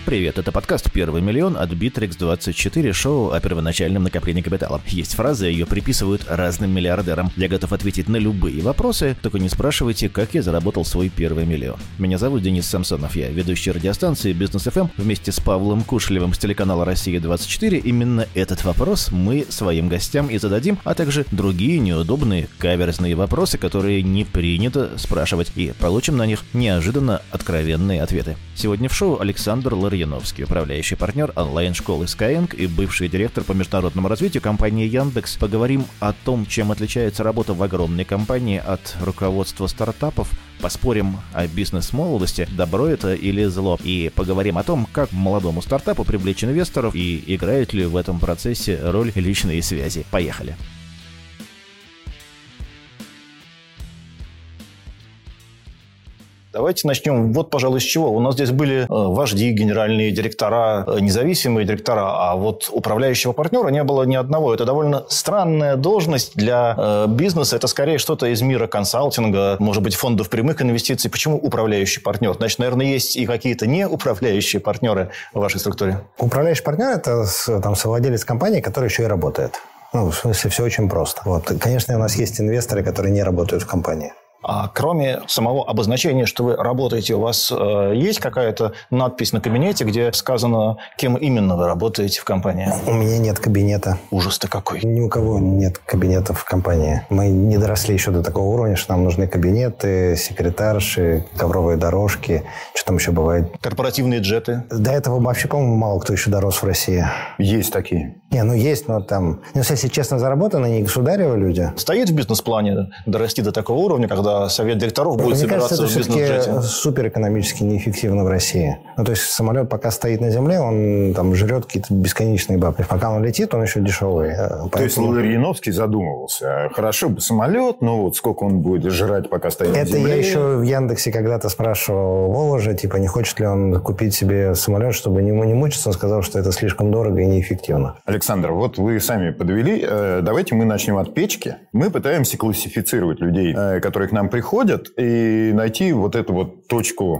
Привет, это подкаст «Первый миллион» от Bittrex24, шоу о первоначальном накоплении капитала. Есть фраза, ее приписывают разным миллиардерам. Я готов ответить на любые вопросы, только не спрашивайте, как я заработал свой первый миллион. Меня зовут Денис Самсонов, я ведущий радиостанции Business FM. Вместе с Павлом Кушелевым с телеканала «Россия-24» именно этот вопрос мы своим гостям и зададим, а также другие неудобные, каверзные вопросы, которые не принято спрашивать, и получим на них неожиданно откровенные ответы. Сегодня в шоу Александр Ларьяновский, управляющий партнер онлайн-школы Skyeng и бывший директор по международному развитию компании Яндекс. Поговорим о том, чем отличается работа в огромной компании от руководства стартапов, поспорим о бизнес-молодости, добро это или зло, и поговорим о том, как молодому стартапу привлечь инвесторов и играют ли в этом процессе роль личные связи. Поехали! Давайте начнем вот, пожалуй, с чего. У нас здесь были вожди, генеральные директора, независимые директора, а вот управляющего партнера не было ни одного. Это довольно странная должность для бизнеса. Это скорее что-то из мира консалтинга, может быть, фондов прямых инвестиций. Почему управляющий партнер? Значит, наверное, есть и какие-то неуправляющие партнеры в вашей структуре. Управляющий партнер – это совладелец компании, который еще и работает. В смысле, все очень просто. Конечно, у нас есть инвесторы, которые не работают в компании. А кроме самого обозначения, что вы работаете, у вас есть какая-то надпись на кабинете, где сказано, кем именно вы работаете в компании? У меня нет кабинета. Ужас-то какой. Ни у кого нет кабинетов в компании. Мы не доросли еще до такого уровня, что нам нужны кабинеты, секретарши, ковровые дорожки. Что там еще бывает? Корпоративные джеты. До этого вообще, по-моему, мало кто еще дорос в России. Есть такие. Есть, но там... Если честно, заработано, не государевые люди. Стоит в бизнес-плане дорасти до такого уровня, когда совет директоров будет собираться в бизнес-джете? Мне кажется, это все-таки суперэкономически неэффективно в России. То есть самолет пока стоит на земле, он там жрет какие-то бесконечные бабки. Пока он летит, он еще дешевый. Поэтому... То есть Ларьяновский задумывался. Хорошо бы самолет, но вот сколько он будет жрать, пока стоит на земле? Это я еще в Яндексе когда-то спрашивал Воложа, не хочет ли он купить себе самолет, чтобы не мучиться. Он сказал, что это слишком дорого и неэффективно. Александр, вот вы сами подвели. Давайте мы начнем от печки. Мы пытаемся классифицировать людей, которые к нам приходят, и найти вот эту вот точку,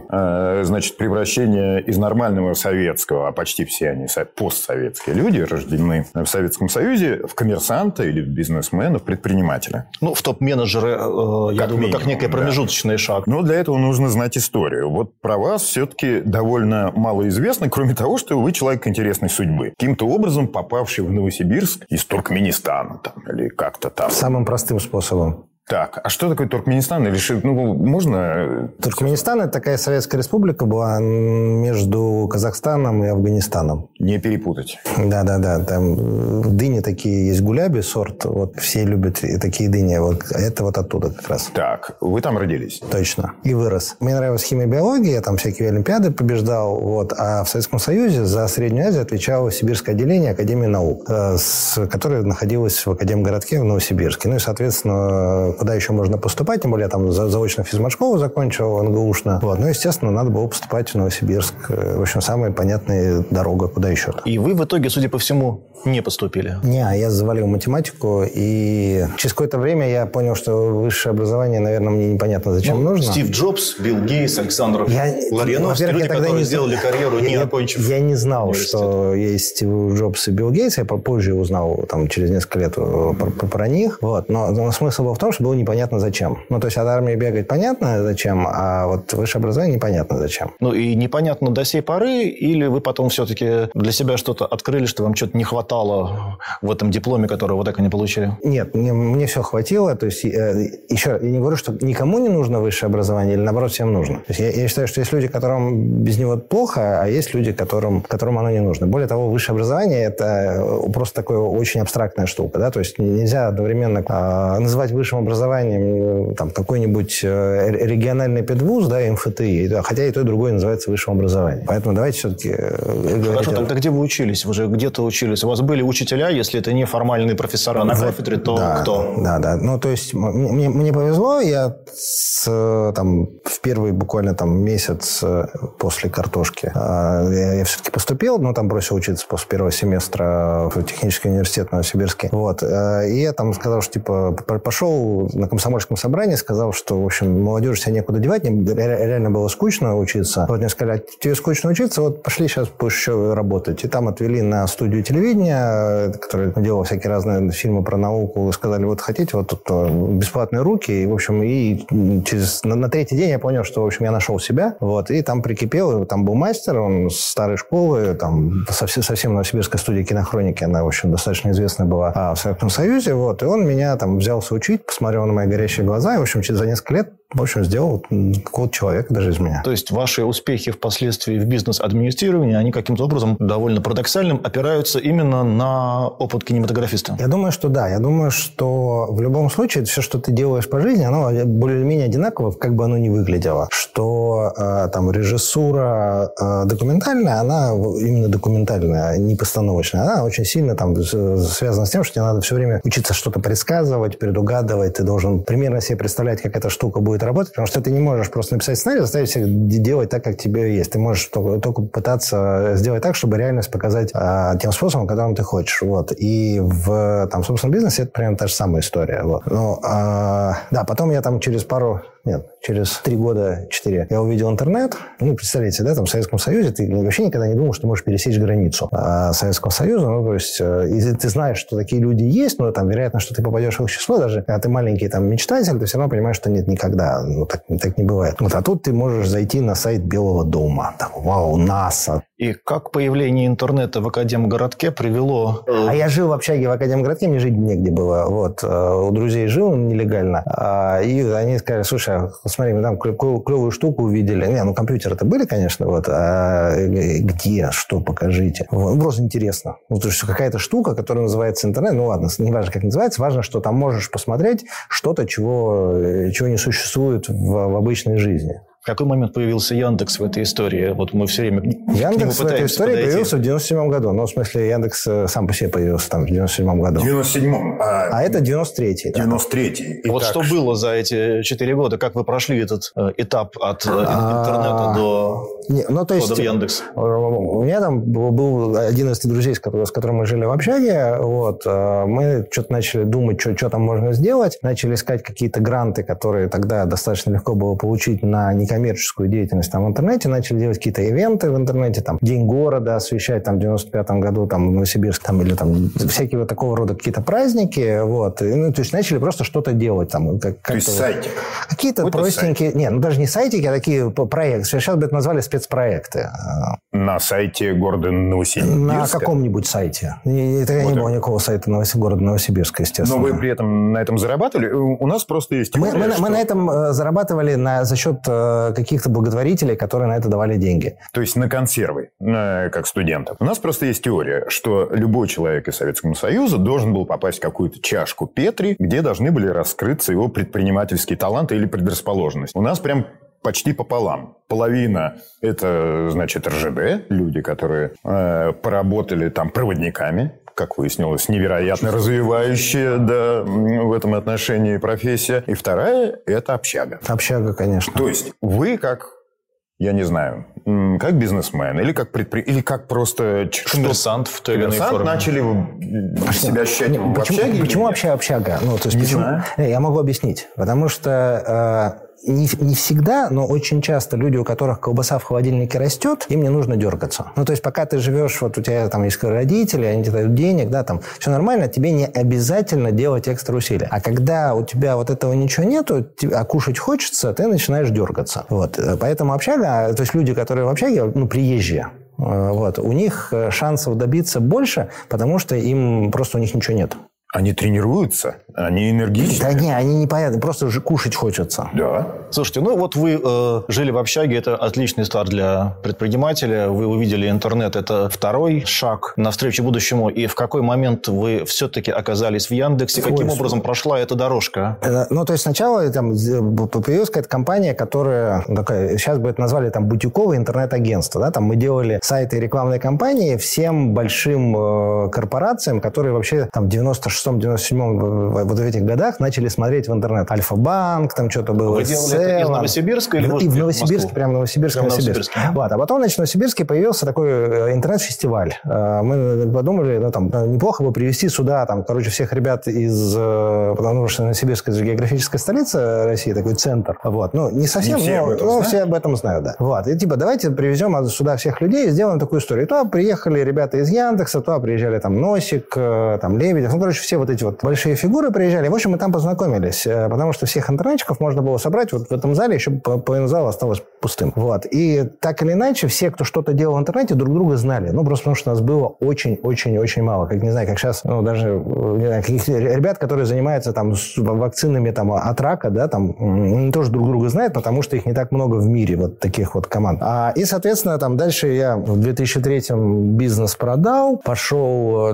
превращения из нормального советского, а почти все они постсоветские люди, рождены в Советском Союзе, в коммерсанта или в бизнесмена, в предпринимателя. В топ-менеджеры, я думаю, как некий промежуточный шаг. Но для этого нужно знать историю. Вот про вас все-таки довольно мало известно, кроме того, что вы человек интересной судьбы. Каким-то образом попавший в Новосибирск из Туркменистана или как-то там. Самым простым способом. Так, а что такое Туркменистан? Можно... Туркменистан – это такая советская республика была между Казахстаном и Афганистаном. Не перепутать. Да. Там дыни такие есть, гуляби сорт. Все любят такие дыни. Это оттуда как раз. Так, вы там родились? Точно. И вырос. Мне нравилась химия и биология. Я там всякие олимпиады побеждал. А в Советском Союзе за Среднюю Азию отвечало Сибирское отделение Академии наук, которое находилось в Академгородке в Новосибирске. И, соответственно, куда еще можно поступать, тем более я там заочно физмат-школу закончил, НГУшно. Естественно, надо было поступать в Новосибирск. В общем, самая понятная дорога, куда еще. И вы в итоге, судя по всему, не поступили? Я завалил математику, и через какое-то время я понял, что высшее образование, наверное, мне непонятно, зачем нужно. Стив Джобс, Билл Гейтс, Александр Ларьяновский, люди, которые сделали карьеру, не окончив. Я не знал, что есть Стив Джобс и Билл Гейтс. Я позже узнал, через несколько лет про них. Но смысл был в том, что было непонятно зачем. То есть от армии бегать понятно зачем, а высшее образование непонятно зачем. И непонятно до сей поры, или вы потом все-таки для себя что-то открыли, что вам что-то не хватало в этом дипломе, который вы так и не получили? Нет, мне все хватило. То есть, еще я не говорю, что никому не нужно высшее образование, или наоборот, всем нужно. То есть, я считаю, что есть люди, которым без него плохо, а есть люди, которым оно не нужно. Более того, высшее образование – это просто такая очень абстрактная штука. Да? То есть, нельзя одновременно называть высшим образованием какой-нибудь региональный педвуз, МФТИ, хотя и то, и другое называется высшим образованием. Поэтому давайте все-таки... Хорошо, тогда где вы учились? Вы же где-то учились. У вас были учителя, если это не формальные профессора на кафедре, то кто? Да. То есть, мне повезло, я в первый буквально месяц после картошки я все-таки поступил, там бросил учиться после первого семестра в технический университет в Новосибирске. И я сказал, что пошел на комсомольском собрании сказал, что, в общем, молодежи себя некуда девать, мне реально было скучно учиться. Вот мне сказали, тебе скучно учиться, вот пошли сейчас будешь еще работать. И там отвели на студию телевидения, которая делала всякие разные фильмы про науку, сказали, вот хотите, вот тут бесплатные руки. И, в общем, и на третий день я понял, что, в общем, я нашел себя. Вот, и там прикипел, там был мастер, он с старой школы, там совсем новосибирская студия кинохроники, она, в общем, достаточно известная была в Советском Союзе. Вот, и он меня там взялся учить, посмотрел на мои горящие глаза, и, в общем, за несколько лет, в общем, сделал какого-то человека даже из меня. То есть ваши успехи впоследствии в бизнес-администрировании, они каким-то образом довольно парадоксальным опираются именно на опыт кинематографиста? Я думаю, что да. Я думаю, что в любом случае все, что ты делаешь по жизни, оно более-менее одинаково, как бы оно ни выглядело. Что там режиссура документальная, она именно документальная, а не постановочная. Она очень сильно там связана с тем, что тебе надо все время учиться что-то предсказывать, предугадывать. Ты должен примерно себе представлять, как эта штука будет работать, потому что ты не можешь просто написать сценарий, заставить всех делать так, как тебе есть. Ты можешь только пытаться сделать так, чтобы реальность показать тем способом, которым ты хочешь. Вот. И в собственном бизнесе это примерно та же самая история. Вот. Ну, да, потом я там через 3 года, 4, я увидел интернет. Ну, представляете, да, там в Советском Союзе ты вообще никогда не думал, что можешь пересечь границу Советского Союза. Ну, то есть, и ты знаешь, что такие люди есть, но там вероятно, что ты попадешь в их число, даже когда ты маленький там мечтатель, ты все равно понимаешь, что нет, никогда. Ну, так не бывает. Вот, а тут ты можешь зайти на сайт Белого дома. Там, вау, НАСА. И как появление интернета в Академгородке привело... А я жил в общаге в Академгородке, мне жить негде было. Вот. У друзей жил нелегально. И они сказали, слушай, смотри, мы там клевую штуку увидели. Компьютеры-то были, конечно, вот. А где? Что? Покажите. Вот. Просто интересно. Ну, то есть какая-то штука, которая называется интернет. Ну, ладно, не важно, как называется. Важно, что там можешь посмотреть что-то, чего не существует в обычной жизни. В какой момент появился Яндекс в этой истории? Вот мы все время Яндекс в этой истории появился в 97 году. Ну, в смысле, Яндекс сам по себе появился там в 97 году. В 97-м. А это 93-й. 93-й. Вот что было за эти 4 года? Как вы прошли этот этап от интернета до входа в Яндекс? У меня там был один из друзей, с которым мы жили в общаге. Вот. Мы что-то начали думать, что там можно сделать. Начали искать какие-то гранты, которые тогда достаточно легко было получить на некоммерческую деятельность там в интернете. Начали делать какие-то ивенты в интернете. Там День города освещать там, в 95-м году там, в Новосибирске. Там, или там всякие вот такого рода какие-то праздники. Вот. Ну, то есть начали просто что-то делать. Там, то есть сайтик? Какие-то вот простенькие... Нет, ну даже не сайтики, а такие проекты. Сейчас бы это назвали спецпроекты. На сайте города Новосибирска? На каком-нибудь сайте. Это вот не было никакого сайта города Новосибирска, естественно. Но вы при этом на этом зарабатывали? У нас просто есть... Мы на этом зарабатывали за счет каких-то благотворителей, которые на это давали деньги. То есть на консервы, как студентов. У нас просто есть теория, что любой человек из Советского Союза должен был попасть в какую-то чашку Петри, где должны были раскрыться его предпринимательские таланты или предрасположенность. У нас прям почти пополам. Половина – это, значит, РЖД, люди, которые поработали там проводниками, как выяснилось, невероятно развивающая, да, в этом отношении профессия. И вторая – это общага. Общага, конечно. То есть вы как, я не знаю, как бизнесмен или как или как просто... Коммерсант в той или иной форме. Начали себя ощущать в общаге? Почему вообще общага? Ну, то есть, почему? Я могу объяснить. Потому что... Не всегда, но очень часто люди, у которых колбаса в холодильнике растет, им не нужно дергаться. Ну, то есть, пока ты живешь, вот у тебя там есть родители, они тебе дают денег, да, там, все нормально, тебе не обязательно делать экстра усилия. А когда у тебя вот этого ничего нету, а кушать хочется, ты начинаешь дергаться. Вот. Поэтому общага, то есть, люди, которые в общаге, ну, приезжие, вот, у них шансов добиться больше, потому что им просто у них ничего нет. Они тренируются, они энергичны. Да не, они непонятны, просто же кушать хочется. Да. Слушайте, ну вот вы жили в общаге, это отличный старт для предпринимателя. Вы увидели интернет, это второй шаг навстречу будущему. И в какой момент вы все-таки оказались в Яндексе? Каким образом прошла эта дорожка? Ну, то есть сначала там появилась какая-то компания, которая, такая, сейчас бы это назвали там бутиковое интернет-агентство. Да? Там мы делали сайты и рекламные кампании всем большим корпорациям, которые вообще там в 96-97 вот в этих годах начали смотреть в интернет. Альфа-банк, там что-то было. Вы делали Это из Новосибирска или и в Новосибирске, прямо Новосибирск. Вот. А потом, значит, в Новосибирске появился такой интернет-фестиваль. Мы подумали, неплохо бы привезти сюда, всех ребят из... Потому что Новосибирск – это же географическая столица России, такой центр. Вот. Не совсем, но все об этом знают, да. Вот. И давайте привезем сюда всех людей и сделаем такую историю. И туда приехали ребята из Яндекса, туда приезжали Носик, Лебедев. Все вот эти вот большие фигуры приезжали. В общем, мы там познакомились, потому что всех интернетчиков можно было собрать вот в этом зале, еще половина зала осталось пустым. Вот. И так или иначе, все, кто что-то делал в интернете, друг друга знали. Просто потому что нас было очень-очень-очень мало. Как, не знаю, как сейчас, даже каких-то ребят, которые занимаются вакцинами от рака, да, они тоже друг друга знают, потому что их не так много в мире, вот таких вот команд. И, соответственно, дальше я в 2003-м бизнес продал, пошел,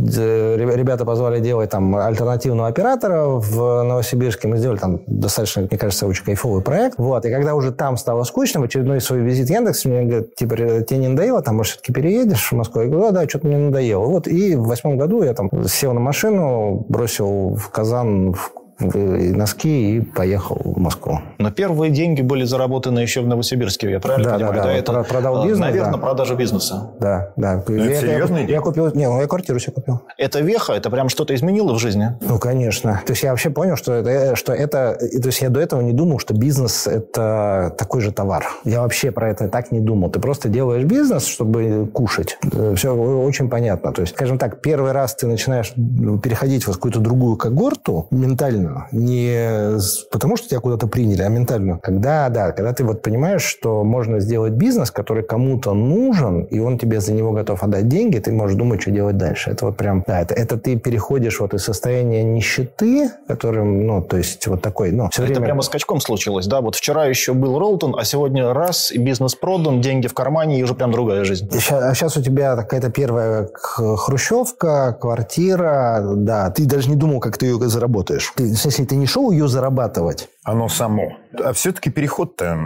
ребята позвали делать альтернативного оператора в Новосибирске. Мы сделали достаточно, мне кажется, очень кайфовый проект. Вот. И когда уже там стало скучно, в очередной свой визит в Яндекс мне говорят, тебе не надоело, может, все-таки переедешь в Москву? Я говорю, да, что-то мне надоело. Вот. И в 2008 году я сел на машину, бросил в Казан и носки и поехал в Москву. Но первые деньги были заработаны еще в Новосибирске, я правильно понимаю? Да, это продал бизнес. Наверное, продажа бизнеса. Да. Это серьезно? Я купил... я квартиру себе купил. Это веха? Это прям что-то изменило в жизни? Конечно. То есть я вообще понял, что это... То есть я до этого не думал, что бизнес – это такой же товар. Я вообще про это так не думал. Ты просто делаешь бизнес, чтобы кушать. Все очень понятно. То есть, скажем так, первый раз ты начинаешь переходить в какую-то другую когорту ментально, не потому, что тебя куда-то приняли, а ментально. Когда ты понимаешь, что можно сделать бизнес, который кому-то нужен, и он тебе за него готов отдать деньги, ты можешь думать, что делать дальше. Это это ты переходишь из состояния нищеты, которым, то есть такой, все время... Это прямо скачком случилось, да? Вот вчера еще был Ролтон, а сегодня раз, и бизнес продан, деньги в кармане, и уже прям другая жизнь. Сейчас у тебя какая-то первая хрущевка, квартира, да. Ты даже не думал, как ты ее заработаешь. В смысле, ты не шел ее зарабатывать? Оно само. А все-таки переход-то...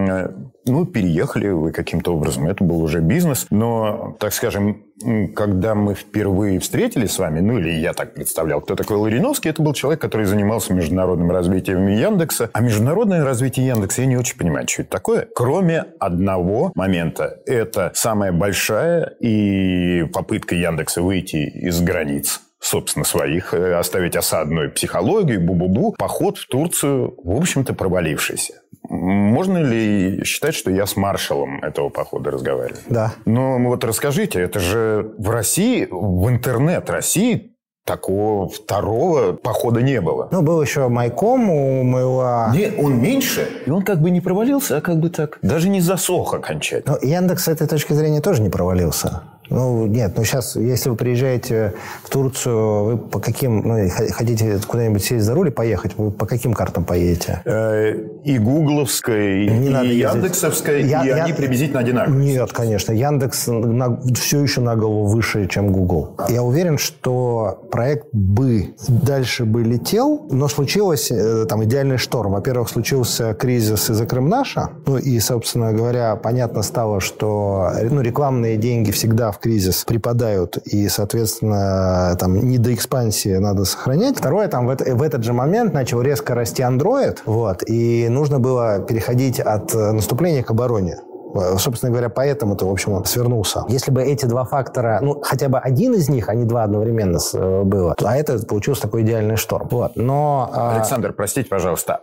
переехали вы каким-то образом. Это был уже бизнес. Но, так скажем, когда мы впервые встретились с вами, или я так представлял, кто такой Лариновский, это был человек, который занимался международным развитием Яндекса. А международное развитие Яндекса, я не очень понимаю, что это такое, кроме одного момента. Это самая большая и попытка Яндекса выйти из границ, собственно, своих, оставить осадную психологию, бу-бу-бу, поход в Турцию, в общем-то, провалившийся. Можно ли считать, что я с маршалом этого похода разговариваю? Да. Но расскажите, это же в России, в интернет России такого второго похода не было. Был еще Майком у моего... Нет, он меньше, и он не провалился, а так. Даже не засох окончательно. Яндекс с этой точки зрения тоже не провалился. Нет, сейчас, если вы приезжаете в Турцию, вы по каким, хотите куда-нибудь сесть за руль и поехать, вы по каким картам поедете? И гугловская, и яндексовская, и они приблизительно одинаковые. Нет, конечно. Яндекс все еще на голову выше, чем Google. Я уверен, что проект бы дальше бы летел, но случилось идеальный шторм. Во-первых, случился кризис из-за Крымнаша. И, собственно говоря, понятно стало, что рекламные деньги всегда в кризис припадают, и, соответственно, не до экспансии надо сохранять. Второе, в этот же момент начал резко расти Android, и нужно было переходить от наступления к обороне. Собственно говоря, поэтому-то, в общем, он свернулся. Если бы эти два фактора, хотя бы один из них, а не два одновременно было, а это получился такой идеальный шторм. Но... Александр, простите, пожалуйста,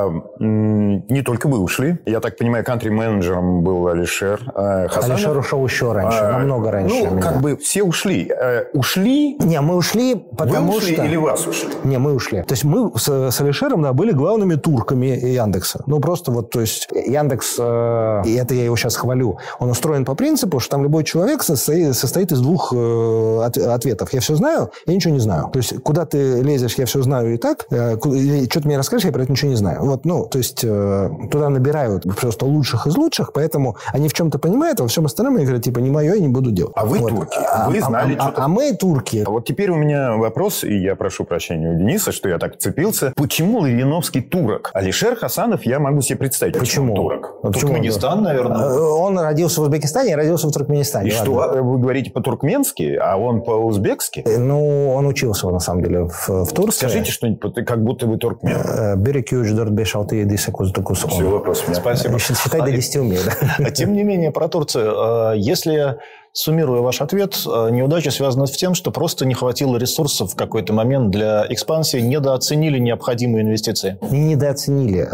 не только вы ушли. Я так понимаю, кантри-менеджером был Алишер Хасанов. Алишер ушел еще раньше, намного раньше. Все ушли. Ушли? Не, мы ушли, потому вы ушли что... или вас ушли? Не, мы ушли. То есть мы с Алишером были главными турками Яндекса. Просто то есть Яндекс, и это я его сейчас хвалю, он устроен по принципу, что там любой человек состоит из двух ответов. Я все знаю, я ничего не знаю. То есть, куда ты лезешь, я все знаю и так. Что ты мне расскажешь, я про это ничего не знаю. То есть, туда набирают просто лучших из лучших, поэтому они в чем-то понимают, а во всем остальном они говорят, не мое, я не буду делать. А вы турки. Вы знали что-то. А мы турки. А вот теперь у меня вопрос, и я прошу прощения у Дениса, что я так вцепился. Почему Лариновский турок? Алишер Хасанов, я могу себе представить, почему он турок. Туркменистан, наверное. Он родился в Узбекистане, я родился в Туркменистане. И что, вы говорите по-туркменски, а он по-узбекски? Ну, он учился, на самом деле, в Турции. Скажите что-нибудь, как будто вы туркмен. Все, вопрос. Спасибо. Считай до 10 умею. Тем не менее, про Турцию. Если... Суммируя ваш ответ, неудача связана с тем, что просто не хватило ресурсов в какой-то момент для экспансии, недооценили необходимые инвестиции. Не недооценили.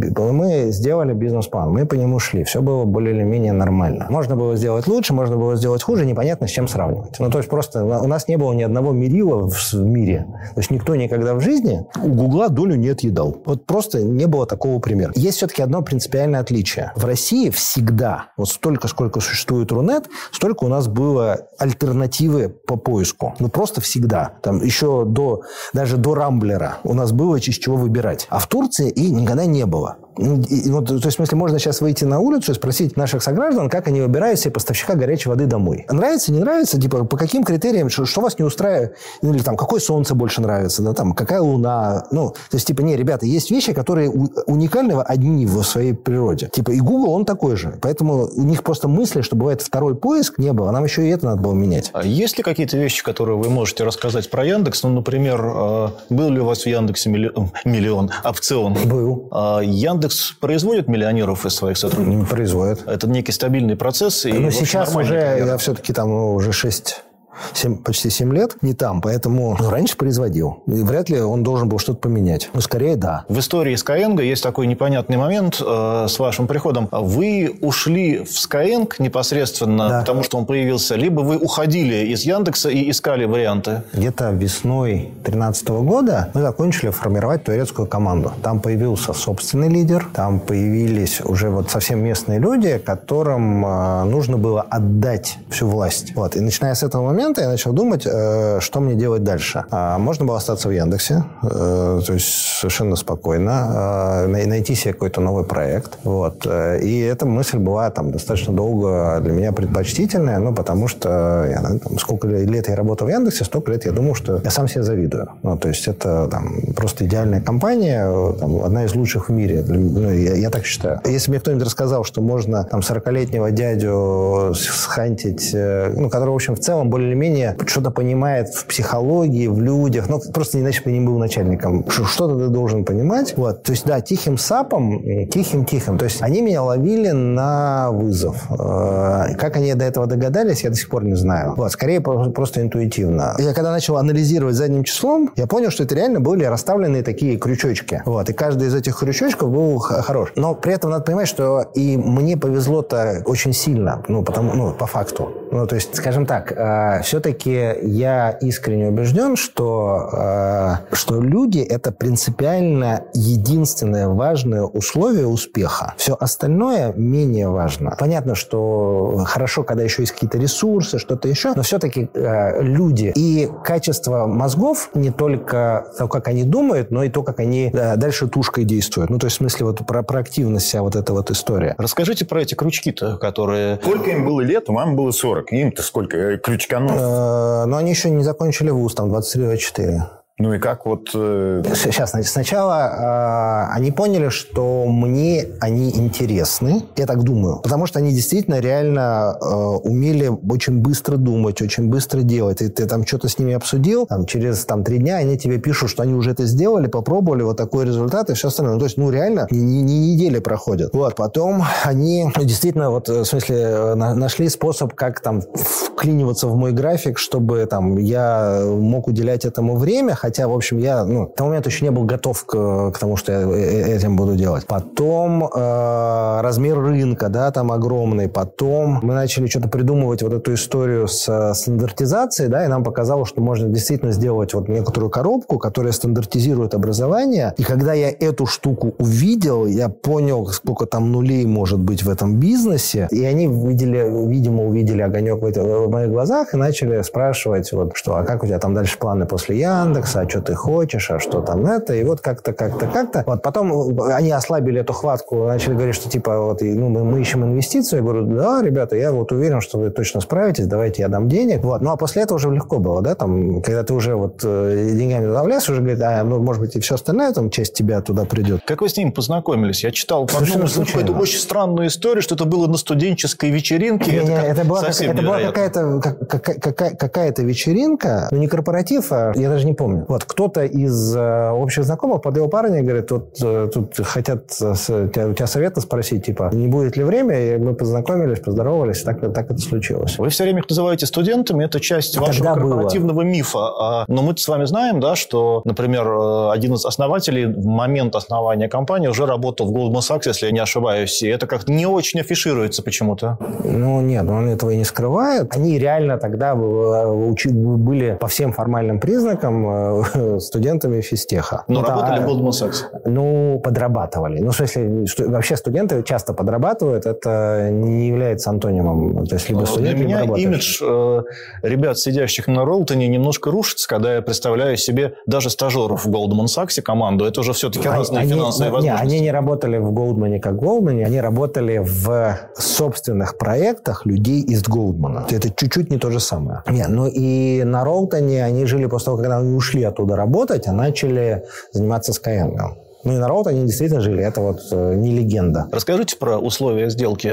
Мы сделали бизнес-план, мы по нему шли. Все было более или менее нормально. Можно было сделать лучше, можно было сделать хуже, непонятно с чем сравнивать. Ну, то есть просто у нас не было ни одного мерила в мире. То есть никто никогда в жизни у Гугла долю не отъедал. Вот просто не было такого примера. Есть все-таки одно принципиальное отличие. В России всегда, вот столько, сколько существует Рунет, столько у нас было альтернативы по поиску. Ну, просто всегда. Там еще даже до Рамблера у нас было из чего выбирать. А в Турции и никогда не было. Ну, то есть, в смысле, можно сейчас выйти на улицу и спросить наших сограждан, как они выбирают себе поставщика горячей воды домой. Нравится, не нравится? Типа, по каким критериям, что вас не устраивает? Или там, какое солнце больше нравится? Да, там, какая луна? Ну, то есть, типа, не, ребята, есть вещи, которые уникальны одни в своей природе. Типа, и Google, он такой же. Поэтому у них просто мысли, что бывает второй поиск, не было. Нам еще и это надо было менять. А есть ли какие-то вещи, которые вы можете рассказать про Яндекс? Ну, например, был ли у вас в Яндексе миллион опцион? Был. Яндекс производит миллионеров из своих сотрудников? Производит. Это некий стабильный процесс. Но сейчас уже, я все-таки там уже почти 7 лет не там, поэтому раньше производил. И вряд ли он должен был что-то поменять. Ну, скорее, да. В истории Skyeng есть такой непонятный момент с вашим приходом. Вы ушли в Skyeng непосредственно, потому что он появился, либо вы уходили из Яндекса и искали варианты? Где-то весной 2013 года мы закончили формировать турецкую команду. Там появился собственный лидер, там появились уже вот совсем местные люди, которым нужно было отдать всю власть. Вот. И начиная с этого момента я начал думать, что мне делать дальше. Можно было остаться в Яндексе, то есть совершенно спокойно, найти себе какой-то новый проект. Вот. И эта мысль была там достаточно долго для меня предпочтительная, потому что сколько лет я работал в Яндексе, столько лет я думал, что я сам себе завидую. Ну, то есть это просто идеальная компания, одна из лучших в мире. Я так считаю. Если мне кто-нибудь рассказал, что можно 40-летнего дядю схантить, который, в общем, в целом более-менее что-то понимает в психологии, в людях. Просто иначе бы не был начальником. Что-то ты должен понимать. Вот. То есть, да, тихим сапом, тихим-тихим. То есть, они меня ловили на вызов. Как они до этого догадались, я до сих пор не знаю. Вот. Скорее, просто интуитивно. Я когда начал анализировать задним числом, я понял, что это реально были расставленные такие крючочки. Вот. И каждый из этих крючочков был хорош. Но при этом надо понимать, что и мне повезло-то очень сильно. По факту. То есть, скажем так, все-таки я искренне убежден, что люди – это принципиально единственное важное условие успеха. Все остальное менее важно. Понятно, что хорошо, когда еще есть какие-то ресурсы, что-то еще, но все-таки люди и качество мозгов не только то, как они думают, но и то, как они дальше тушкой действуют. То есть, в смысле, вот про активность вся вот эта вот история. Расскажите про эти крючки-то, которые... Сколько им было лет, вам было 40. Им-то сколько? Крючканов? Но они еще не закончили вуз, там 23-24. Ну и как вот... Сейчас, значит, сначала они поняли, что мне они интересны, я так думаю, потому что они действительно реально умели очень быстро думать, очень быстро делать. И ты там что-то с ними обсудил, через 3 дня они тебе пишут, что они уже это сделали, попробовали, вот такой результат и все остальное. То есть, реально, не недели проходят. Вот, потом они действительно, в смысле, нашли способ, как вклиниваться в мой график, чтобы я мог уделять этому время, хотя, в общем, я к тому моменту еще не был готов к тому, что я этим буду делать. Потом размер рынка, огромный. Потом мы начали что-то придумывать вот эту историю с стандартизацией, и нам показалось, что можно действительно сделать некоторую коробку, которая стандартизирует образование. И когда я эту штуку увидел, я понял, сколько там нулей может быть в этом бизнесе. И они видимо, увидели огонек в моих глазах и начали спрашивать, что, а как у тебя там дальше планы после Яндекса, а что ты хочешь, а что там это, и вот как-то. Вот Потом они ослабили эту хватку, начали говорить, что типа вот, мы ищем инвестиции. Я говорю, да, ребята, я вот уверен, что вы точно справитесь, давайте я дам денег. Вот. Ну, а после этого уже легко было, да, там, когда ты уже вот деньгами туда влез, уже говорит, может быть, и все остальное, там, часть тебя туда придет. Как вы с ним познакомились? Я читал по одному какую-то очень странную историю, что это было на студенческой вечеринке. Это была какая-то вечеринка, но не корпоратив, а я даже не помню. Вот кто-то из общих знакомых под его парня говорит, тут хотят у тебя совета спросить, типа, не будет ли время, и мы познакомились, поздоровались, так это случилось. Вы все время их называете студентами, это часть вашего корпоративного мифа. Но мы с вами знаем, да, что, например, один из основателей в момент основания компании уже работал в Goldman Sachs, если я не ошибаюсь, и это как-то не очень афишируется почему-то. Ну, нет, он этого и не скрывает. Они реально тогда были по всем формальным признакам студентами физтеха. Но работали в Goldman Sachs? Ну, подрабатывали. Ну, в смысле, вообще студенты часто подрабатывают, это не является антонимом. То есть, либо студент, для меня либо имидж ребят, сидящих на Ролтоне, немножко рушится, когда я представляю себе даже стажеров в Goldman Sachs команду. Это уже все-таки разные финансовые возможности. Они не работали в Goldman как Goldman, они работали в собственных проектах людей из Goldman. Это чуть-чуть не то же самое. Нет, ну и на Ролтоне они жили после того, когда они ушли оттуда работать, а начали заниматься Skyeng. Ну и на Роут они действительно жили. Это вот не легенда. Расскажите про условия сделки.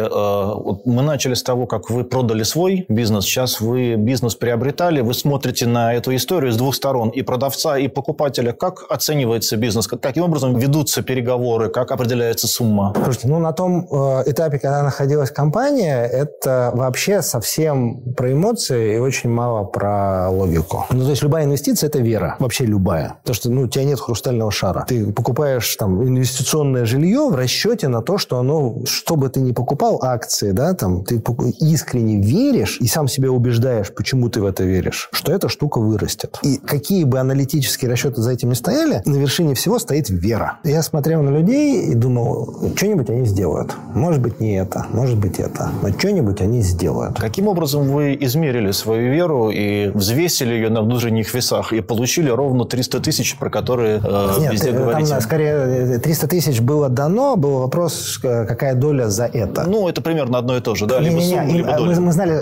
Мы начали с того, как вы продали свой бизнес. Сейчас вы бизнес приобретали. Вы смотрите на эту историю с двух сторон. И продавца, и покупателя. Как оценивается бизнес? Каким образом ведутся переговоры? Как определяется сумма? Слушайте, на том этапе, когда находилась компания, это вообще совсем про эмоции и очень мало про логику. Ну, то есть любая инвестиция – это вера. Вообще любая. Потому что у тебя нет хрустального шара. Ты покупаешь там инвестиционное жилье в расчете на то, что оно, что бы ты ни покупал, акции, да, там, ты искренне веришь и сам себя убеждаешь, почему ты в это веришь, что эта штука вырастет. И какие бы аналитические расчеты за этим ни стояли, на вершине всего стоит вера. Я смотрел на людей и думал, что-нибудь они сделают. Может быть, не это, может быть, это, но что-нибудь они сделают. Каким образом вы измерили свою веру и взвесили ее на внутренних весах и получили ровно 300 тысяч, про которые везде говорите? Там, скорее, 300 тысяч было дано, был вопрос, какая доля за это. Ну, это примерно одно и то же, да? Либо сумма, либо доля. Мы знали,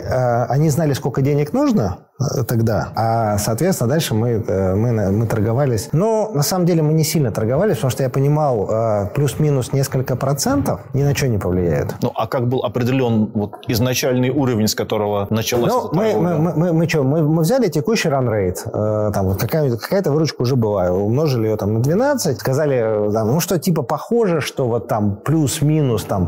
они знали, сколько денег нужно тогда, а, соответственно, дальше мы торговались. Но, на самом деле, мы не сильно торговались, потому что я понимал, плюс-минус несколько процентов ни на что не повлияет. Ну, а как был определен вот изначальный уровень, с которого началась эта торговля? Мы взяли текущий ранрейт, там вот какая-то выручка уже была, умножили ее там на 12, сказали, ну, что типа похоже, что вот там плюс-минус там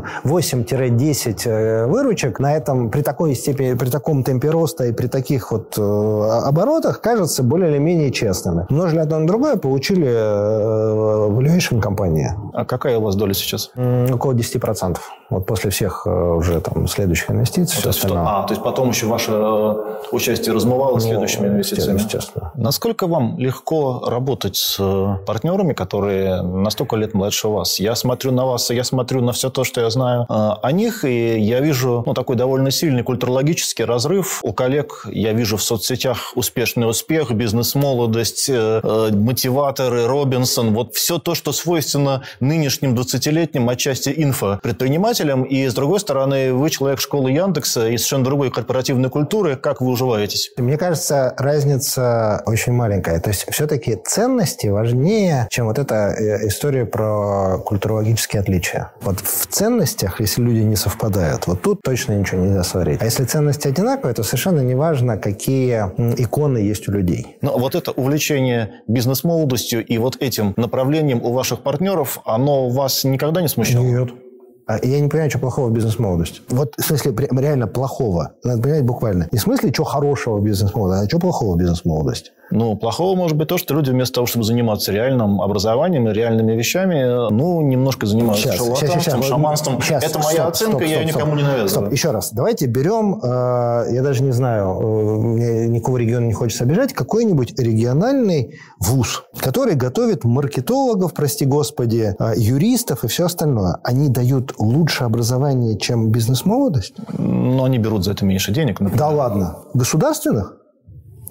8-10 выручек на этом, при такой степени, при таком темпе роста и при таких вот оборотах кажется более или менее честными. Умножили одно на другое, получили valuation компании. А какая у вас доля сейчас? Около 10%. Вот после всех уже там следующих инвестиций. То есть потом еще ваше участие размывалось следующими инвестициями? Естественно. Насколько вам легко работать с партнерами, которые на столько лет младше вас? Я смотрю на вас, я смотрю на все то, что я знаю о них, и я вижу такой довольно сильный культурологический разрыв. У коллег я вижу в соцсетях успешный успех, бизнес-молодость, мотиваторы, Робинсон. Вот все то, что свойственно нынешним 20-летним, отчасти инфопредпринимателям. И, с другой стороны, вы человек школы Яндекса и совершенно другой корпоративной культуры. Как вы уживаетесь? Мне кажется, разница очень маленькая. То есть, все-таки ценности важнее, чем вот эта история про культурологические отличия. Вот в ценностях, если люди не совпадают, вот тут точно ничего нельзя сварить. А если ценности одинаковые, то совершенно не важно, какие иконы есть у людей. Но вот это увлечение бизнес-молодостью и вот этим направлением у ваших партнеров, оно вас никогда не смущало? Нет. Я не понимаю, что плохого в бизнес-молодости. Вот в смысле реально плохого. Надо понимать буквально. Не в смысле, что хорошего в бизнес-молодости, а что плохого в бизнес-молодости. Ну, плохого может быть то, что люди вместо того, чтобы заниматься реальным образованием и реальными вещами, немножко занимаются шарлатанством, шаманством. Это моя оценка, я ее никому не навязываю. Стоп, еще раз. Давайте берем, я даже не знаю, мне никакого региона не хочется обижать, какой-нибудь региональный вуз, который готовит маркетологов, прости господи, юристов и все остальное. Они дают лучше образование, чем бизнес-молодость? Но они берут за это меньше денег, например. Да ладно. Государственных?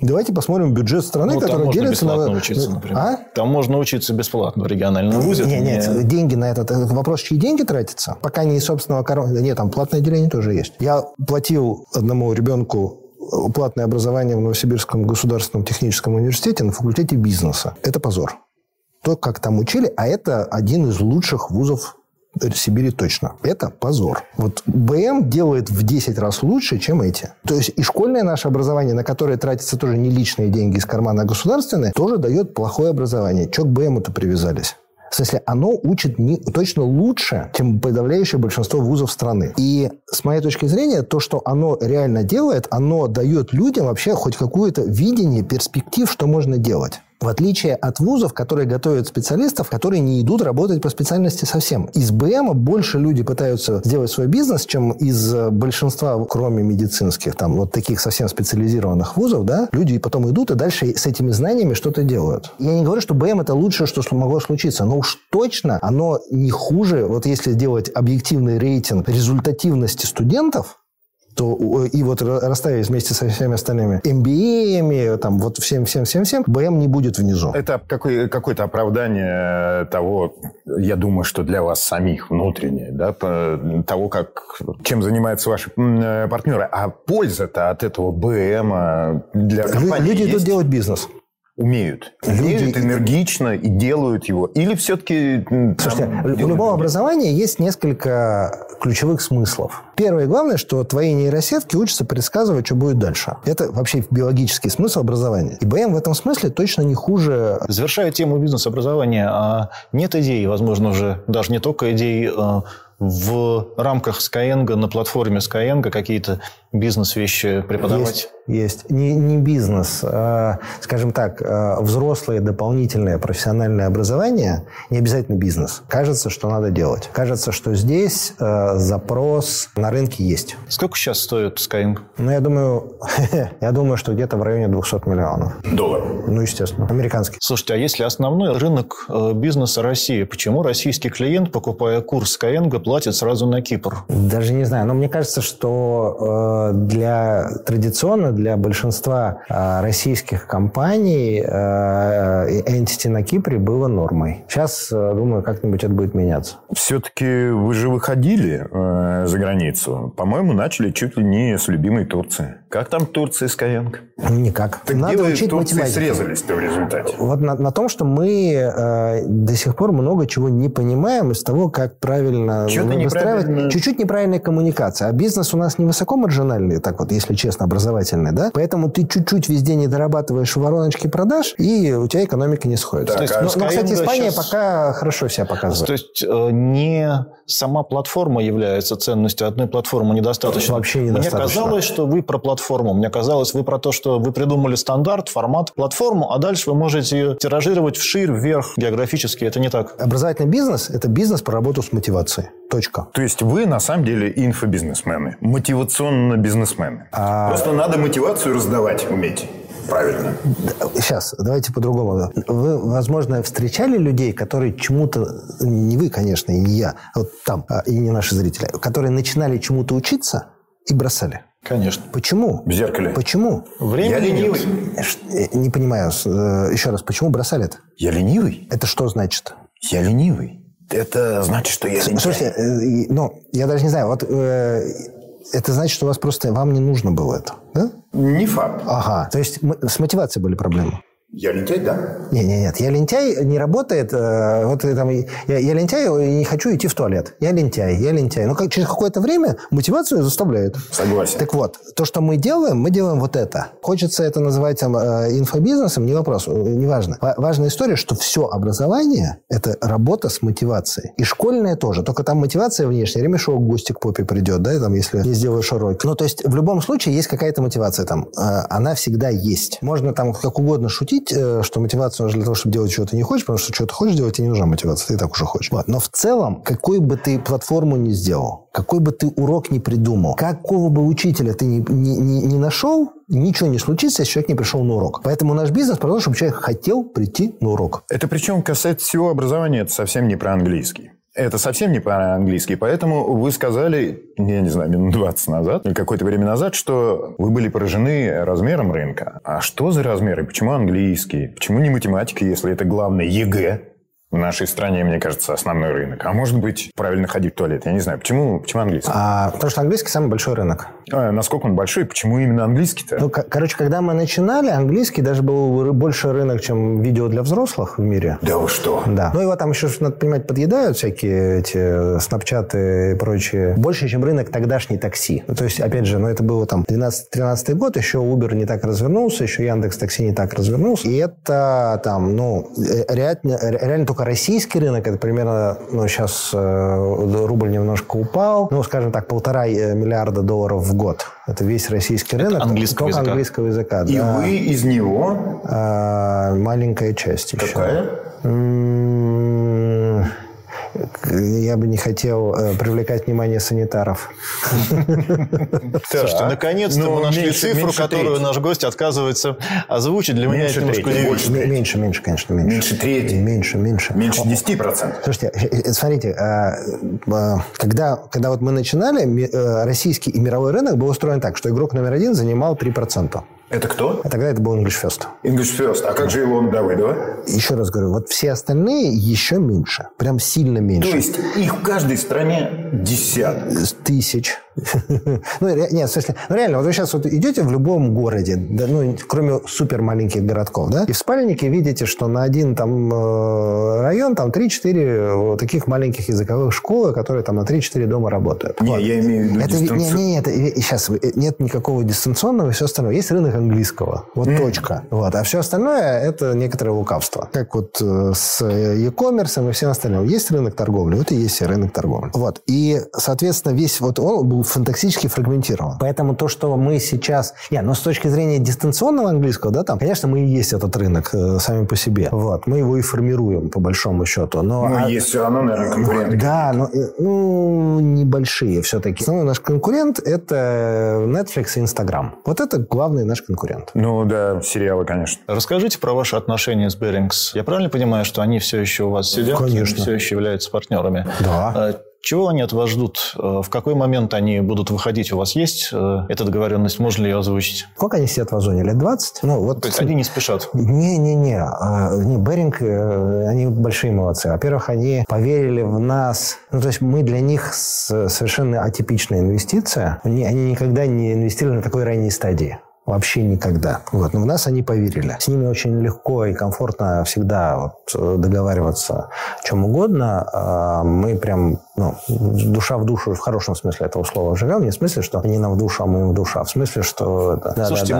Давайте посмотрим бюджет страны, который делится на... Учиться, например. Там можно учиться бесплатно в региональном вузе. Нет, деньги на этот вопрос, чьи деньги тратятся, пока не из собственного кармана. Нет, там платное отделение тоже есть. Я платил одному ребенку платное образование в Новосибирском государственном техническом университете на факультете бизнеса. Это позор. То, как там учили, а это один из лучших вузов Сибири точно. Это позор. Вот БМ делает в 10 раз лучше, чем эти. То есть и школьное наше образование, на которое тратятся тоже не личные деньги из кармана, а государственные, тоже дает плохое образование. Чего к БМу-то привязались? В смысле, оно учит точно лучше, чем подавляющее большинство вузов страны. И с моей точки зрения, то, что оно реально делает, оно дает людям вообще хоть какое-то видение, перспектив, что можно делать. В отличие от вузов, которые готовят специалистов, которые не идут работать по специальности совсем. Из БМа больше люди пытаются сделать свой бизнес, чем из большинства, кроме медицинских, там вот таких совсем специализированных вузов, да, люди потом идут и дальше с этими знаниями что-то делают. Я не говорю, что БМ это лучшее, что могло случиться, но уж точно оно не хуже. Вот если делать объективный рейтинг результативности студентов, то и вот расставить вместе со всеми остальными MBA-ями, там вот всем, БМ не будет внизу. Это какое-то оправдание того, я думаю, что для вас самих внутреннее, да, того, чем занимаются ваши партнеры. А польза-то от этого БМа для компании Люди идут делать бизнес. Умеют энергично и делают его. Или все-таки... Слушайте, в любом образовании есть несколько ключевых смыслов. Первое и главное, что твои нейросетки учатся предсказывать, что будет дальше. Это вообще биологический смысл образования. И БМ в этом смысле точно не хуже... Завершая тему бизнес-образования, нет идей, возможно, уже даже не только идей в рамках Skyeng, на платформе Skyeng какие-то бизнес-вещи преподавать? Есть. Не бизнес. Скажем так, взрослое дополнительное профессиональное образование, не обязательно бизнес. Кажется, что надо делать. Кажется, что здесь запрос на рынке есть. Сколько сейчас стоит Skyeng? Ну, я думаю, что где-то в районе 200 миллионов. Долларов? Ну, естественно. Американский. Слушайте, а если основной рынок бизнеса России, почему российский клиент, покупая курс Skyeng, платит сразу на Кипр? Даже не знаю. Но мне кажется, что традиционно для большинства российских компаний entity на Кипре было нормой. Сейчас, думаю, как-нибудь это будет меняться. Все-таки вы же выходили за границу. По-моему, начали чуть ли не с любимой Турции. Как там Турция с Skyeng? Никак. Так надо учить математику. Срезались-то в результате? Вот на том, что мы до сих пор много чего не понимаем из того, как правильно выстраивать. Чуть-чуть неправильная коммуникация. А бизнес у нас не высокомаржинальный, так вот, если честно, образовательный, да? Поэтому ты чуть-чуть везде не дорабатываешь вороночки продаж, и у тебя экономика не сходится. Так, но, кстати, Испания пока хорошо себя показывает. То есть не сама платформа является ценностью, одной платформы недостаточно. Вообще недостаточно. Мне казалось, что вы про платформу. Мне казалось, вы про то, что вы придумали стандарт, формат, платформу, а дальше вы можете ее тиражировать вширь, вверх, географически. Это не так. Образовательный бизнес – это бизнес про работу с мотивацией. Точка. То есть вы на самом деле инфобизнесмены, мотивационно-бизнесмены. Просто надо мотивацию раздавать уметь. Правильно. Сейчас, давайте по-другому. Вы, возможно, встречали людей, которые чему-то, не вы, конечно, и не я, вот там, и не наши зрители, которые начинали чему-то учиться и бросали? Конечно. Почему? В зеркале. Почему? Я ленивый. Не понимаю. Еще раз, почему бросали-то? Я ленивый? Это что значит? Я ленивый. Это значит, что я ленивый. Слушайте, я даже не знаю, вот это значит, что вам не нужно было это, да? Не факт. Ага, то есть с мотивацией были проблемы. Я лентяй, да? Нет. Я лентяй не работает. Вот там, я лентяй и не хочу идти в туалет. Я лентяй. Но через какое-то время мотивацию заставляет. Согласен. Так вот, то, что мы делаем вот это. Хочется это называть инфобизнесом, не вопрос, неважно. Важная история, что все образование – это работа с мотивацией. И школьное тоже. Только там мотивация внешняя. Ремешок, гости к попе придет, да, там, если не сделаешь уроки. Ну, то есть, в любом случае есть какая-то мотивация там. Она всегда есть. Можно там как угодно шутить, что мотивация нужна для того, чтобы делать, чего ты не хочешь, потому что что ты хочешь делать, тебе не нужна мотивация, ты и так уже хочешь. Вот. Но в целом, какой бы ты платформу ни сделал, какой бы ты урок ни придумал, какого бы учителя ты не нашел, ничего не случится, если человек не пришел на урок. Поэтому наш бизнес про то, чтобы человек хотел прийти на урок. Это причем касается всего образования, это совсем не про английский. Это совсем не по-английски. Поэтому вы сказали, я не знаю, минут 20 назад или какое-то время назад, что вы были поражены размером рынка. А что за размеры? Почему английский? Почему не математика, если это главное ЕГЭ? В нашей стране, мне кажется, основной рынок. А может быть, правильно ходить в туалет? Я не знаю. Почему английский? Потому что английский самый большой рынок. Насколько он большой? Почему именно английский-то? Ну, короче, когда мы начинали, английский даже был больше рынок, чем видео для взрослых в мире. Да вы что? Да. Ну, его там еще, надо понимать, подъедают всякие эти снапчаты и прочее. Больше, чем рынок тогдашней такси. Ну, то есть, опять же, это было там 12-13 год, еще Uber не так развернулся, еще Яндекс.Такси не так развернулся. И это там, реально только российский рынок, это примерно, сейчас рубль немножко упал, скажем так, $1,5 миллиарда в год. Это весь российский рынок. Английского языка. И да. вы из него? Маленькая часть еще. Какая? Я бы не хотел привлекать внимание санитаров. Слушайте, наконец-то мы нашли цифру, которую наш гость отказывается озвучить. Для меня это немножко удивительно. Меньше, конечно, меньше. Меньше трети. Меньше. Меньше 10%. Слушайте, смотрите, когда вот мы начинали, российский и мировой рынок был устроен так, что игрок номер 1 занимал 3%. Это кто? А тогда это был English First. English First. А как же Илона Давыдова? Еще раз говорю, вот все остальные еще меньше. Прям сильно меньше. То есть их в каждой стране десяток. Тысяч. Нет, в смысле, реально, вот вы сейчас идете в любом городе, да, кроме супер маленьких городков, да, и в спальнике видите, что на один там район там 3-4 таких маленьких языковых школы, которые там на 3-4 дома работают. Не, я имею в виду дистанционно. Сейчас нет никакого дистанционного и все остальное. Есть рынок английского. Вот точка. Вот. А все остальное это некоторое лукавство. Как вот с e-commerce и всем остальным. Есть рынок торговли, вот и есть рынок торговли. Вот. И, соответственно, весь вот он был фантастически фрагментирован. Поэтому то, что мы сейчас... но с точки зрения дистанционного английского, да, там, конечно, мы и есть этот рынок сами по себе. Вот. Мы его и формируем, по большому счету. Но есть все равно, наверное, конкуренты. Да, но небольшие все-таки. Основной наш конкурент – это Netflix и Instagram. Вот это главный наш конкурент. Да, сериалы, конечно. Расскажите про ваши отношения с Barings. Я правильно понимаю, что они все еще у вас сидят? Конечно. Все еще являются партнерами? Да. Чего они от вас ждут? В какой момент они будут выходить? У вас есть эта договоренность? Можно ли ее озвучить? Сколько они сидят в Озоне? Лет 20? То есть они не спешат? Не. Беринг, они большие молодцы. Во-первых, они поверили в нас. То есть мы для них совершенно атипичная инвестиция. Они никогда не инвестировали на такой ранней стадии. Вообще никогда. Вот. Но в нас они поверили. С ними очень легко и комфортно всегда договариваться о чем угодно. Мы прям душа в душу в хорошем смысле этого слова живем. Не в смысле, что они нам в душу, а мы им в душу, а в смысле, что... Слушайте,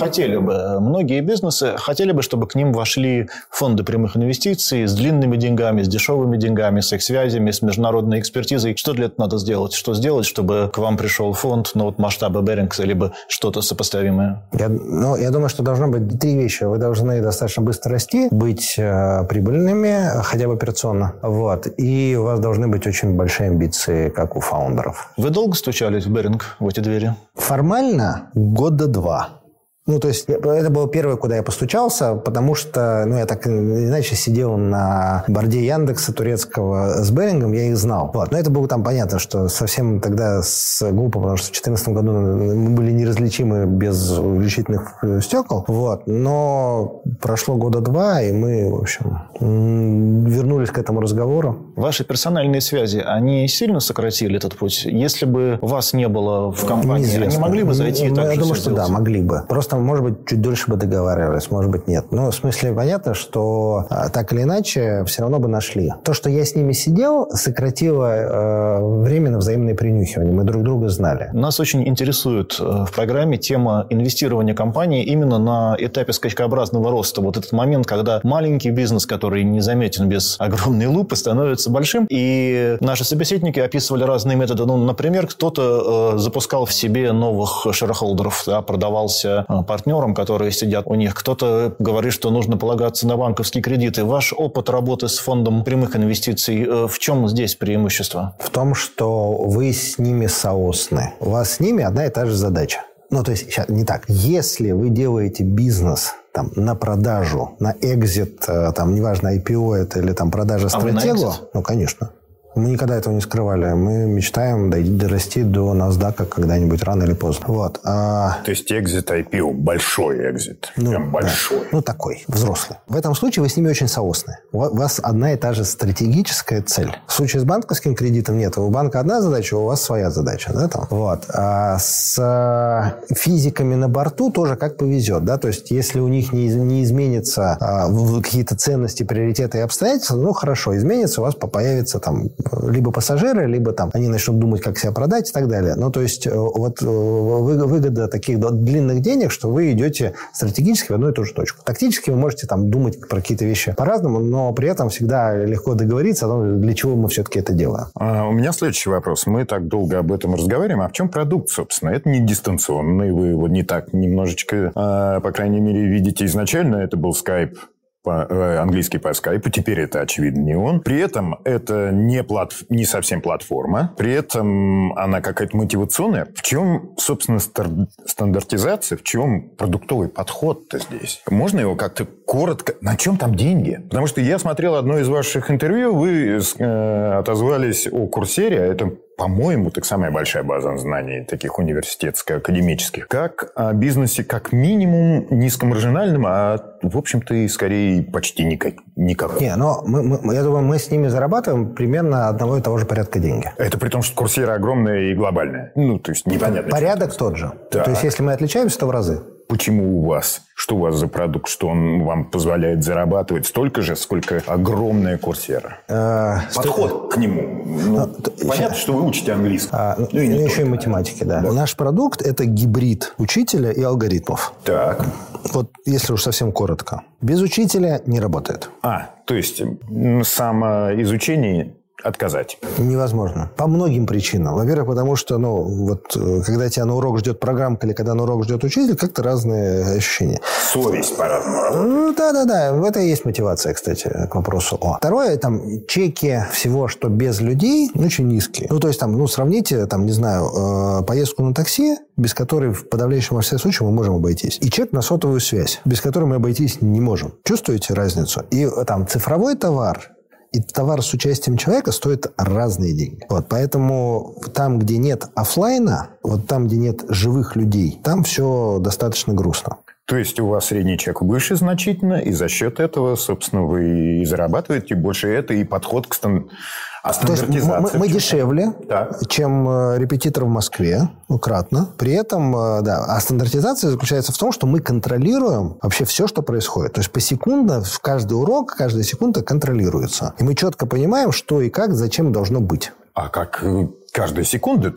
многие бизнесы хотели бы, чтобы к ним вошли фонды прямых инвестиций с длинными деньгами, с дешевыми деньгами, с их связями, с международной экспертизой. Что для этого надо сделать? Что сделать, чтобы к вам пришел фонд масштаба Barings, либо что-то сопоставимое? Я думаю, что должно быть 3 вещи. Вы должны достаточно быстро расти, быть прибыльными, хотя бы операционно. Вот. И у вас должны быть очень большие амбиции, как у фаундеров. Вы долго стучались в Barings, в эти двери? Формально 2 года. То есть, это было первое, куда я постучался, потому что, я так иначе сидел на борде Яндекса турецкого с Берингом, я их знал. Вот. Но это было там понятно, что совсем тогда глупо, потому что в 2014 году мы были неразличимы без увеличительных стекол. Вот. Но прошло 2 года, и мы, в общем, вернулись к этому разговору. Ваши персональные связи, они сильно сократили этот путь? Если бы вас не было в компании, неизвестно. Они могли бы зайти и так же Я думаю, что сделать? Да, могли бы. Просто, может быть, чуть дольше бы договаривались, может быть, нет. Но в смысле понятно, что так или иначе все равно бы нашли. То, что я с ними сидел, сократило время на взаимное принюхивание. Мы друг друга знали. Нас очень интересует в программе тема инвестирования компании именно на этапе скачкообразного роста. Вот этот момент, когда маленький бизнес, который не заметен без огромной лупы, становится большим. И наши собеседники описывали разные методы. Например, кто-то запускал в себе новых шерхолдеров, продавался партнерам, которые сидят у них. Кто-то говорит, что нужно полагаться на банковские кредиты. Ваш опыт работы с фондом прямых инвестиций, в чем здесь преимущество? В том, что вы с ними соосны. У вас с ними одна и та же задача. То есть, сейчас не так. Если вы делаете бизнес на продажу, на экзит, неважно, IPO это или продажа стратегу, конечно. Мы никогда этого не скрывали. Мы мечтаем дорасти до NASDAQ когда-нибудь, рано или поздно. Вот. То есть экзит IPO, большой экзит. Прям большой. Да. Такой, взрослый. В этом случае вы с ними очень соосны. У вас одна и та же стратегическая цель. В случае с банковским кредитом нет. У банка одна задача, у вас своя задача. Да, там? Вот. А с физиками на борту тоже как повезет. Да? То есть, если у них не изменятся какие-то ценности, приоритеты и обстоятельства, хорошо, изменится, у вас появится там либо пассажиры, либо там они начнут думать, как себя продать и так далее. То есть, вот выгода таких длинных денег, что вы идете стратегически в одну и ту же точку. Тактически вы можете там думать про какие-то вещи по-разному, но при этом всегда легко договориться о том, для чего мы все-таки это делаем. У меня следующий вопрос. Мы так долго об этом разговариваем. А в чем продукт, собственно? Это не дистанционный. Вы его не так немножечко, по крайней мере, видите изначально. Это был Skype. Английский по скайпу, теперь это, очевидно, не он. При этом это не совсем платформа, при этом она какая-то мотивационная. В чем, собственно, стандартизация, в чем продуктовый подход-то здесь? Можно его как-то коротко... На чем там деньги? Потому что я смотрел одно из ваших интервью, вы отозвались о Курсере, а это... По-моему, так самая большая база знаний таких университетско-академических. Как о бизнесе как минимум низкомаржинальном, а в общем-то и скорее почти никаком. Не, но я думаю, мы с ними зарабатываем примерно одного и того же порядка деньги. Это при том, что Курсера огромная и глобальная. То есть непонятно. Порядок тот же. Так. То есть если мы отличаемся, то в разы. Почему у вас? Что у вас за продукт, что он вам позволяет зарабатывать столько же, сколько огромная Курсера? Подход к нему. Понятно, что вы учите английский. Еще и математики, да. Наш продукт – это гибрид учителя и алгоритмов. Так. Вот если уж совсем коротко. Без учителя не работает. То есть самоизучение... Отказать. Невозможно. По многим причинам. Во-первых, потому что, когда тебя на урок ждет программка или когда на урок ждет учитель, как-то разные ощущения. Совесть по-разному. Да. В это и есть мотивация, кстати, к вопросу. Второе, чеки всего, что без людей, очень низкие. То есть, сравните, поездку на такси, без которой в подавляющем большинстве случаев мы можем обойтись. И чек на сотовую связь, без которой мы обойтись не можем. Чувствуете разницу? И цифровой товар и товар с участием человека стоит разные деньги. Поэтому там, где нет офлайна, там, где нет живых людей, там все достаточно грустно. То есть у вас средний чек выше значительно, и за счет этого, собственно, вы и зарабатываете больше. Это и подход к стандартизации. Мы дешевле, чем репетитор в Москве, кратно. При этом, а стандартизация заключается в том, что мы контролируем вообще все, что происходит. То есть посекундно в каждый урок, каждая секунда контролируется. И мы четко понимаем, что и как, зачем должно быть. А как каждая секунда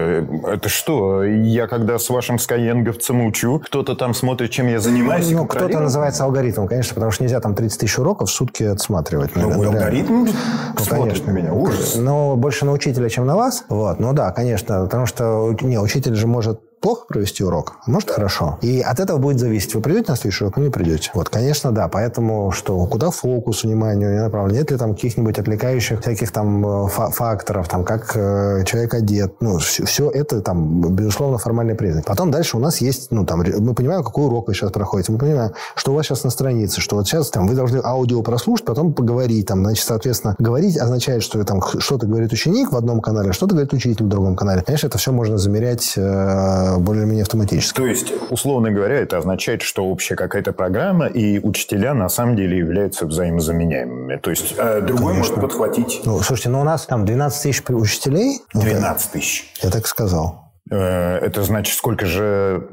это что? Я когда с вашим скайенговцем учу, кто-то там смотрит, чем я занимаюсь. Кто-то называется алгоритмом, конечно, потому что нельзя 30 тысяч уроков в сутки отсматривать. Алгоритм смотрит на меня. Ужас. Но больше на учителя, чем на вас. Конечно. Потому что учитель же может плохо провести урок, а может хорошо. И от этого будет зависеть, вы придете на следующий урок или не придете. Конечно, да. Поэтому куда фокус внимания направлен? Нет ли каких-нибудь отвлекающих всяких факторов, как человек одет. Все это безусловно формальный признак. Потом дальше у нас есть, мы понимаем, какой урок вы сейчас проходите. Мы понимаем, что у вас сейчас на странице, что сейчас вы должны аудио прослушать, потом поговорить. Соответственно, говорить означает, что что-то говорит ученик в одном канале, что-то говорит учитель в другом канале. Конечно, это все можно замерять более-менее автоматически. То есть, условно говоря, это означает, что общая какая-то программа и учителя на самом деле являются взаимозаменяемыми. То есть, другой может подхватить. Слушайте, у нас 12 тысяч учителей. 12 тысяч. Я так сказал. Это значит, сколько же...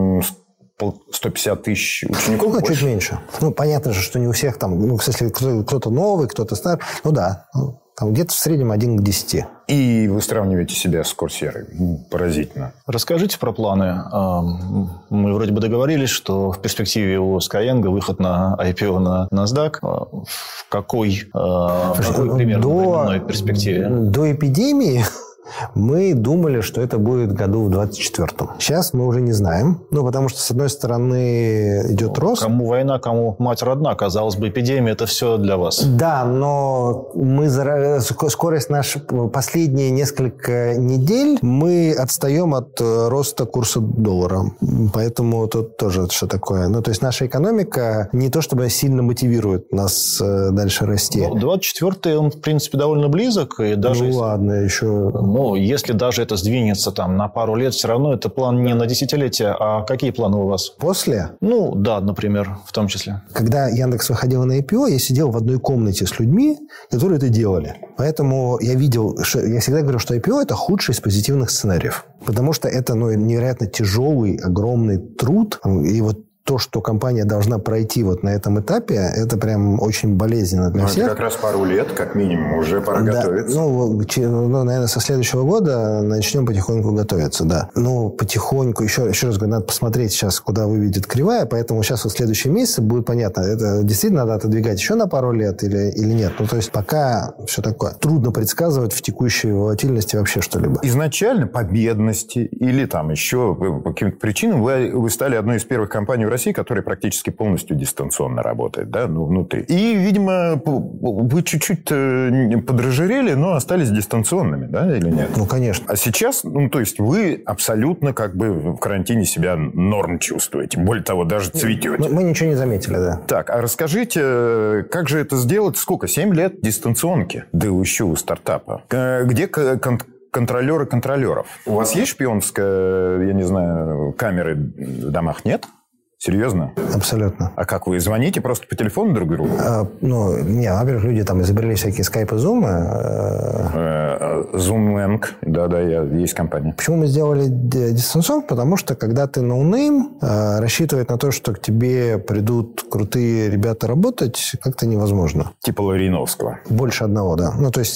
150 тысяч учеников? Чуть меньше. Понятно же, что не у всех если кто-то новый, кто-то старый. Где-то в среднем 1 к 10. И вы сравниваете себя с Курсерой. Поразительно. Расскажите про планы. Мы вроде бы договорились, что в перспективе у Skyeng выход на IPO на NASDAQ. В какой примерно временной перспективе? До эпидемии Мы думали, что это будет году в 24-м. Сейчас мы уже не знаем. Потому что, с одной стороны, идет рост. Кому война, кому мать родна. Казалось бы, эпидемия – это все для вас. Да, но скорость наша последние несколько недель мы отстаем от роста курса доллара. Поэтому тут тоже что такое. То есть наша экономика не то чтобы сильно мотивирует нас дальше расти. 24-й, он, в принципе, довольно близок. И даже ладно, еще... если даже это сдвинется на пару лет, все равно это план не на десятилетие. А какие планы у вас? После? Да, например, в том числе. Когда Яндекс выходил на IPO, я сидел в одной комнате с людьми, которые это делали. Поэтому я всегда говорю, что IPO – это худший из позитивных сценариев. Потому что это невероятно тяжелый, огромный труд. И то, что компания должна пройти на этом этапе, это прям очень болезненно для всех. Это как раз пару лет, как минимум, уже пора готовиться. Наверное, со следующего года начнем потихоньку готовиться, да. Потихоньку, еще раз говорю, надо посмотреть сейчас, куда выведет кривая, поэтому сейчас в следующие месяцы будет понятно, это действительно надо отодвигать еще на пару лет или нет. То есть пока все такое. Трудно предсказывать в текущей волатильности вообще что-либо. Изначально по бедности или еще по каким-то причинам вы стали одной из первых компаний в России, которая практически полностью дистанционно работает, да, внутри. И, видимо, вы чуть-чуть подражирели, но остались дистанционными, да, или нет? Конечно. А сейчас, то есть вы абсолютно в карантине себя норм чувствуете. Более того, даже цветете. Мы ничего не заметили, да. Так, а расскажите, как же это сделать? Сколько? 7 лет дистанционки? Да еще у стартапа. Где контролеры контролеров? У вас есть шпионская, я не знаю, камеры в домах? Нет? Серьезно? Абсолютно. А как вы звоните просто по телефону друг другу? Во-первых, люди изобрели всякие скайпы, зумы. Zoom, да, есть компания. Почему мы сделали дистанционку? Потому что, когда ты ноунейм, рассчитывать на то, что к тебе придут крутые ребята работать, как-то невозможно. Типа Лариновского. Больше одного, да.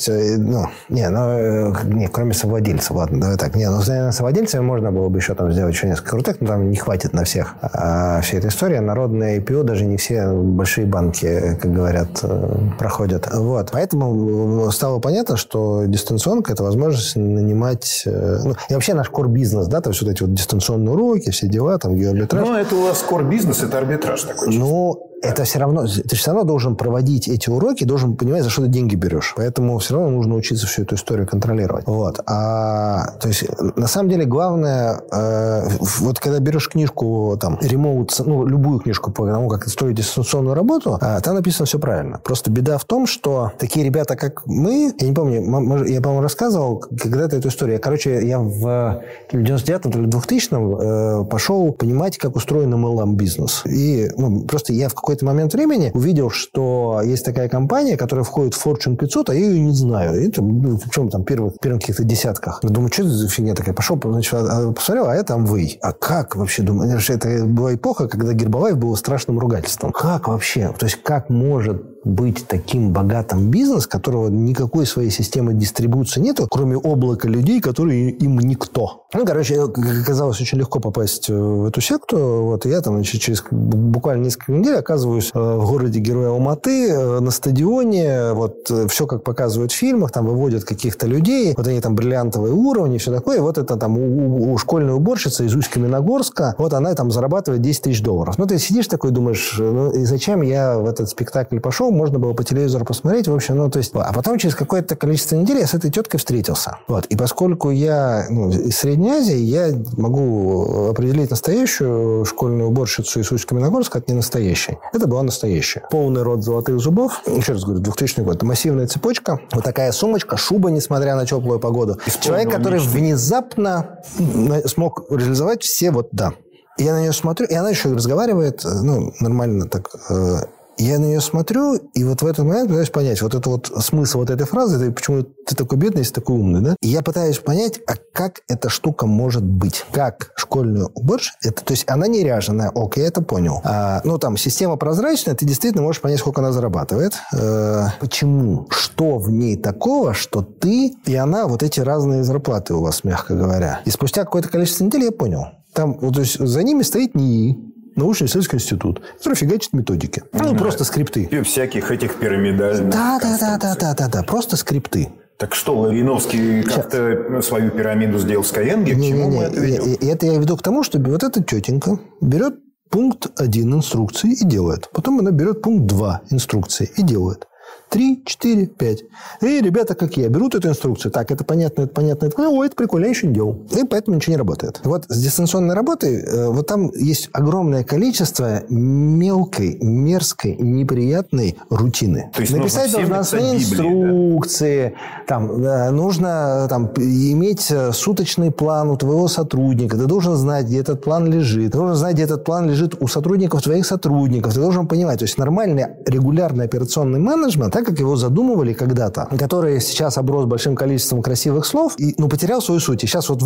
Кроме совладельцев, ладно, давай так. Наверное, совладельцами можно было бы еще сделать еще несколько крутых, но там не хватит на всех. Вся эта история, народное IPO, даже не все большие банки, как говорят, проходят. Поэтому стало понятно, что дистанционка – это возможность нанимать... и вообще наш core-бизнес, да, то есть эти дистанционные уроки, все дела, геоарбитраж. Это у вас core-бизнес, это арбитраж такой. Это все равно... Ты все равно должен проводить эти уроки, должен понимать, за что ты деньги берешь. Поэтому все равно нужно учиться всю эту историю контролировать. То есть, на самом деле, главное... когда берешь книжку, Remote, любую книжку по тому, как строить дистанционную работу, там написано все правильно. Просто беда в том, что такие ребята, как мы... Я не помню, я, по-моему, рассказывал когда-то эту историю. Я в 99-м или 2000-м пошел понимать, как устроен MLM-бизнес. И просто я в какой-то момент времени увидел, что есть такая компания, которая входит в Fortune 500, а я ее не знаю. И причем первых каких-то десятках. Думаю, что это за фигня такая? Пошел, посмотрел, а это Amway. А как вообще? Думаю, это была эпоха, когда Гербалайф был страшным ругательством. Как вообще? То есть, как может быть таким богатым бизнес, которого никакой своей системы дистрибуции нету, кроме облака людей, которые им никто. Оказалось очень легко попасть в эту секту. Я через буквально несколько недель оказываюсь в городе Героя Алматы, на стадионе. Все, как показывают в фильмах, выводят каких-то людей. Они бриллиантовые уровни, все такое. Это у школьной уборщицы из Усть-Каменогорска. Она зарабатывает $10 000. Ты сидишь такой, думаешь, и зачем я в этот спектакль пошел? Можно было по телевизору посмотреть. В общем, а потом через какое-то количество недель я с этой теткой встретился. И поскольку я из Средней Азии, я могу определить настоящую школьную уборщицу из Усть-Каменогорска от ненастоящей. Это была настоящая. Полный рот золотых зубов. Еще раз говорю, 2000 год. Это массивная цепочка. Такая сумочка, шуба, несмотря на теплую погоду. Человек, который внезапно смог реализовать все Я на нее смотрю, и она еще разговаривает, нормально так... Я на нее смотрю, и в этот момент пытаюсь понять смысл этой фразы, почему ты такой бедный, если такой умный, да? И я пытаюсь понять, а как эта штука может быть? Как школьную уборщицу? То есть она не ряженая, я это понял. Система прозрачная, ты действительно можешь понять, сколько она зарабатывает. Почему? Что в ней такого, что ты и она, эти разные зарплаты у вас, мягко говоря. И спустя какое-то количество недель я понял. То есть за ними стоит НИИ, научно-исследовательский институт, который фигачит методики. Просто скрипты. И всяких этих пирамидальных. Да. Просто скрипты. Так что, Лариновский как-то свою пирамиду сделал в Skyeng? К чему мы это ведем? И это я веду к тому, что вот эта тетенька берет пункт 1 инструкции и делает. Потом она берет пункт 2 инструкции и делает. 3, 4, 5. И ребята, как я, берут эту инструкцию. Так, это понятно, это понятно. Ой, это прикольно, я еще не делал. И поэтому ничего не работает. Вот с дистанционной работой, вот там есть огромное количество мелкой, мерзкой, неприятной рутины. То есть написать должностные инструкции. Да? Там, нужно иметь суточный план у твоего сотрудника. Ты должен знать, где этот план лежит. Ты должен знать, где этот план лежит у сотрудников твоих сотрудников. Ты должен понимать. То есть нормальный, регулярный операционный менеджмент, так как его задумывали когда-то, который сейчас оброс большим количеством красивых слов и потерял свою суть. И сейчас вот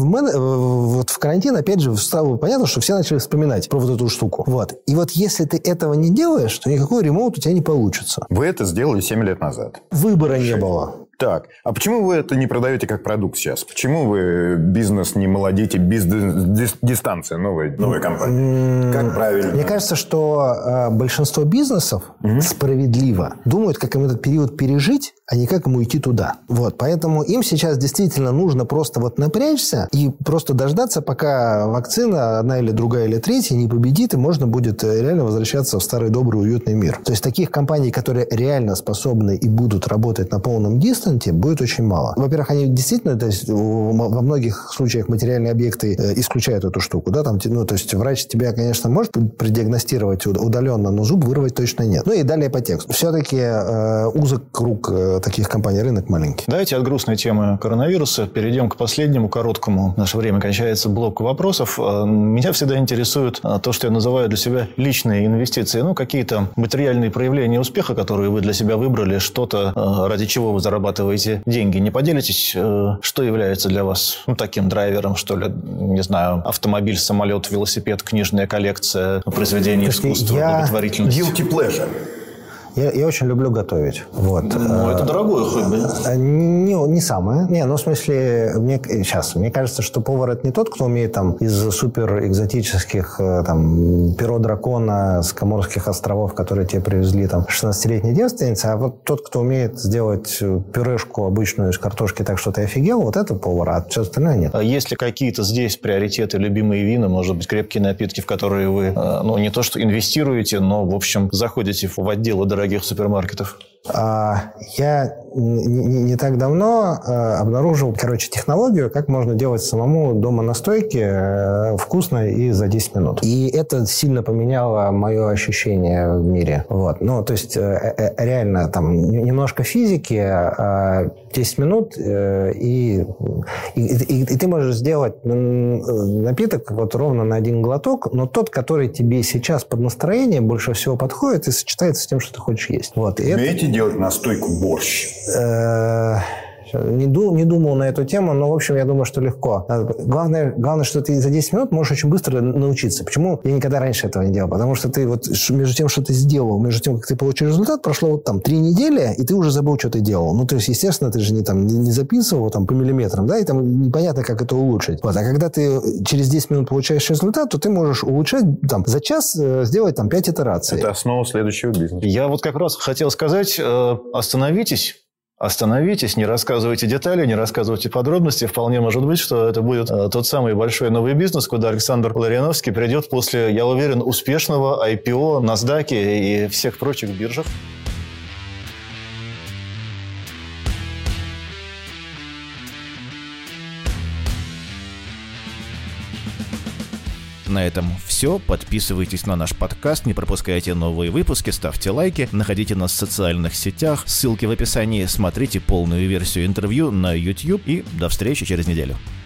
в карантин, опять же, стало понятно, что все начали вспоминать про вот эту штуку. Вот. И вот если ты этого не делаешь, то никакой ремоут у тебя не получится. Вы это сделали 7 лет назад. Выбора не было. Так, а почему вы это не продаете как продукт сейчас? Почему вы бизнес не молодите, бизнес-дистанция, новая компания? Как правильно? Мне кажется, что большинство бизнесов справедливо думают, как им этот период пережить, а не как ему идти туда. Вот. Поэтому им сейчас действительно нужно просто вот напрячься и просто дождаться, пока вакцина, одна или другая или третья, не победит, и можно будет реально возвращаться в старый добрый уютный мир. То есть таких компаний, которые реально способны и будут работать на полном дистанте, будет очень мало. Во-первых, они действительно, то есть во многих случаях материальные объекты исключают эту штуку. Да? Там, то есть врач тебя, конечно, может продиагностировать удаленно, но зуб вырвать точно нет. Ну и далее по тексту. Все-таки узок круг таких компаний, рынок маленький. Давайте от грустной темы коронавируса перейдем к последнему, короткому. Наше время кончается, блоку вопросов. Меня всегда интересует то, что я называю для себя личные инвестиции. Какие-то материальные проявления успеха, которые вы для себя выбрали, что-то, ради чего вы зарабатываете деньги. Не поделитесь, что является для вас таким драйвером, что ли? Не знаю, автомобиль, самолет, велосипед, книжная коллекция, произведение искусства, благотворительность. Guilty pleasure. Я очень люблю готовить. Вот. Это дорогое хобби. Не самое. В смысле, мне кажется, что повар – это не тот, кто умеет из супер экзотических перо дракона с Коморских островов, которые тебе привезли 16-летней девственницы, а вот тот, кто умеет сделать пюрешку обычную из картошки так, что ты офигел, вот это повар, а все остальное нет. А есть ли какие-то здесь приоритеты, любимые вина, может быть, крепкие напитки, в которые вы, не то что инвестируете, но, в общем, заходите в отделы дорогих супермаркетов? Я не так давно обнаружил, технологию, как можно делать самому дома настойки вкусно и за 10 минут. И это сильно поменяло мое ощущение в мире. Вот. То есть, реально, немножко физики, 10 минут, и ты можешь сделать напиток ровно на один глоток, но тот, который тебе сейчас под настроение больше всего подходит и сочетается с тем, что ты хочешь есть. Вот. Умеете делать настойку борщ? Не думал на эту тему, но, в общем, я думаю, что легко. Главное, что ты за 10 минут можешь очень быстро научиться. Почему я никогда раньше этого не делал? Потому что ты между тем, что ты сделал, между тем, как ты получил результат, прошло 3 недели, и ты уже забыл, что ты делал. То есть, естественно, ты же не записывал по миллиметрам, да, и непонятно, как это улучшить. Вот. А когда ты через 10 минут получаешь результат, то ты можешь улучшать за час сделать 5 итераций. Это основа следующего бизнеса. Я как раз хотел сказать, Остановитесь, не рассказывайте детали, не рассказывайте подробности. Вполне может быть, что это будет тот самый большой новый бизнес, куда Александр Лариновский придет после, я уверен, успешного IPO, NASDAQ и всех прочих биржах. На этом все. Подписывайтесь на наш подкаст, не пропускайте новые выпуски, ставьте лайки, находите нас в социальных сетях, ссылки в описании, смотрите полную версию интервью на YouTube и до встречи через неделю.